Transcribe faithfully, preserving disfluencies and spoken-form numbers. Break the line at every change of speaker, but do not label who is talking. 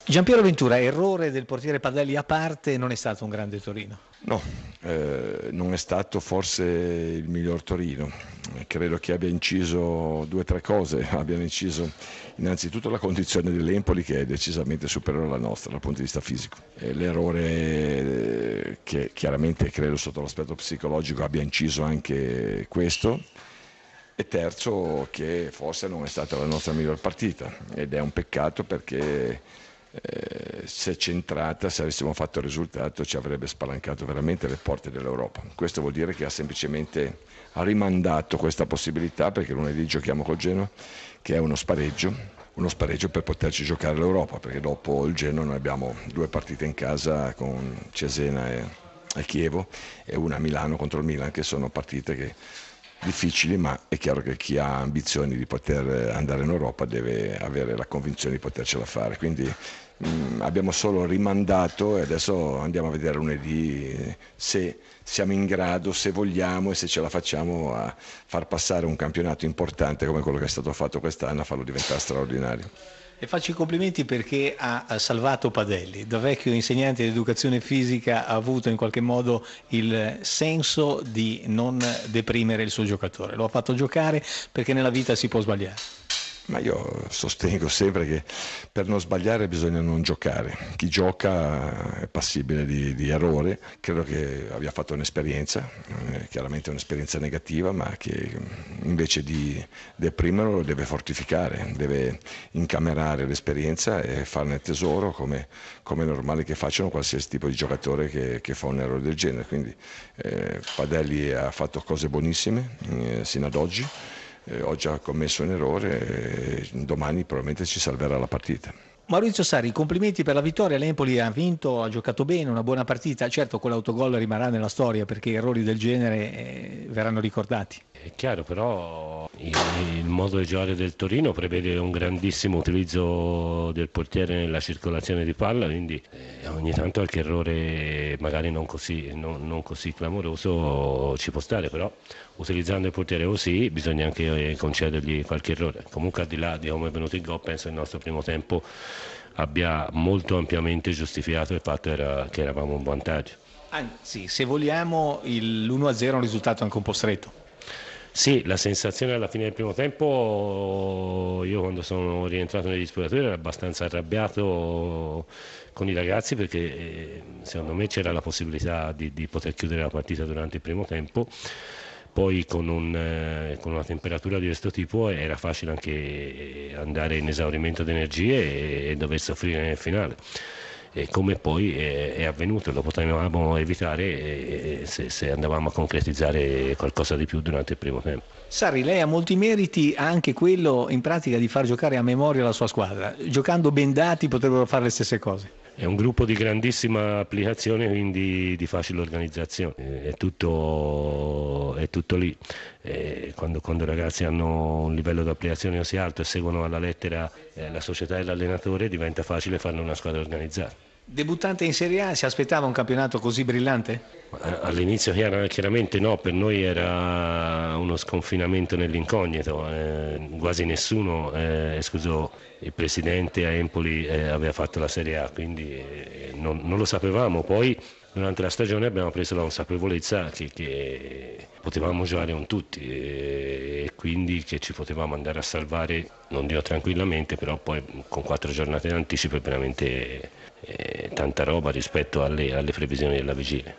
Giampiero Ventura, errore del portiere Padelli a parte, non è stato un grande Torino.
No, eh, non è stato forse il miglior Torino. Credo che abbia inciso due o tre cose. Abbiamo inciso innanzitutto la condizione dell'Empoli, che è decisamente superiore alla nostra dal punto di vista fisico. E l'errore eh, che chiaramente credo sotto l'aspetto psicologico abbia inciso anche questo. E terzo, che forse non è stata la nostra miglior partita, ed è un peccato perché eh, se centrata, se avessimo fatto il risultato, ci avrebbe spalancato veramente le porte dell'Europa. Questo vuol dire che ha semplicemente rimandato questa possibilità, perché lunedì giochiamo col Genoa, che è uno spareggio, uno spareggio per poterci giocare l'Europa, perché dopo il Genoa noi abbiamo due partite in casa con Cesena e, e Chievo, e una a Milano contro il Milan, che sono partite che difficili, ma è chiaro che chi ha ambizioni di poter andare in Europa deve avere la convinzione di potercela fare, quindi mh, abbiamo solo rimandato e adesso andiamo a vedere lunedì se siamo in grado, se vogliamo e se ce la facciamo a far passare un campionato importante come quello che è stato fatto quest'anno, a farlo diventare straordinario.
E faccio i complimenti perché ha salvato Padelli, da vecchio insegnante di educazione fisica ha avuto in qualche modo il senso di non deprimere il suo giocatore, lo ha fatto giocare perché nella vita si può sbagliare.
Ma io sostengo sempre che per non sbagliare bisogna non giocare. Chi gioca è passibile di, di errore. Credo che abbia fatto un'esperienza, eh, chiaramente un'esperienza negativa, ma che invece di deprimerlo lo deve fortificare, deve incamerare l'esperienza e farne tesoro, come, come è normale che facciano qualsiasi tipo di giocatore che, che fa un errore del genere. Quindi eh, Padelli ha fatto cose buonissime eh, sino ad oggi. Eh, oggi ha commesso un errore e domani probabilmente ci salverà la partita.
Maurizio Sarri, complimenti per la vittoria, l'Empoli ha vinto, ha giocato bene, una buona partita, certo quell'autogol rimarrà nella storia perché errori del genere eh, verranno ricordati.
È chiaro, però il, il modo di giocare del Torino prevede un grandissimo utilizzo del portiere nella circolazione di palla, quindi eh, ogni tanto qualche errore magari non così, non, non così clamoroso ci può stare, però utilizzando il portiere così bisogna anche eh, concedergli qualche errore. Comunque al di là di come è venuto il gol, penso che il nostro primo tempo abbia molto ampiamente giustificato il fatto era, che eravamo in vantaggio.
Anzi, se vogliamo, l'uno a zero è un risultato anche un po' stretto.
Sì, la sensazione alla fine del primo tempo, io quando sono rientrato negli spogliatoi ero abbastanza arrabbiato con i ragazzi perché eh, secondo me c'era la possibilità di, di poter chiudere la partita durante il primo tempo. Poi con, un, eh, con una temperatura di questo tipo era facile anche andare in esaurimento di energie e, e dover soffrire nel finale. E come poi è, è avvenuto, lo potevamo evitare se, se andavamo a concretizzare qualcosa di più durante il primo tempo.
Sarri, lei ha molti meriti, ha anche quello in pratica di far giocare a memoria la sua squadra. Giocando bendati potrebbero fare le stesse cose.
È un gruppo di grandissima applicazione, quindi di facile organizzazione, è tutto, è tutto lì. Eh, quando, quando i ragazzi hanno un livello di applicazione così alto e seguono alla lettera eh, la società e l'allenatore, diventa facile farne una squadra organizzata.
Debuttante in Serie A, si aspettava un campionato così brillante?
All'inizio chiaramente no, per noi era uno sconfinamento nell'incognito, eh, quasi nessuno, eh, escluso il presidente a Empoli, eh, aveva fatto la Serie A, quindi eh, non, non lo sapevamo. Poi durante la stagione abbiamo preso la consapevolezza che, che potevamo giocare con tutti e, e quindi che ci potevamo andare a salvare, non dico tranquillamente, però poi con quattro giornate in anticipo è veramente eh, tanta roba rispetto alle, alle previsioni della vigilia.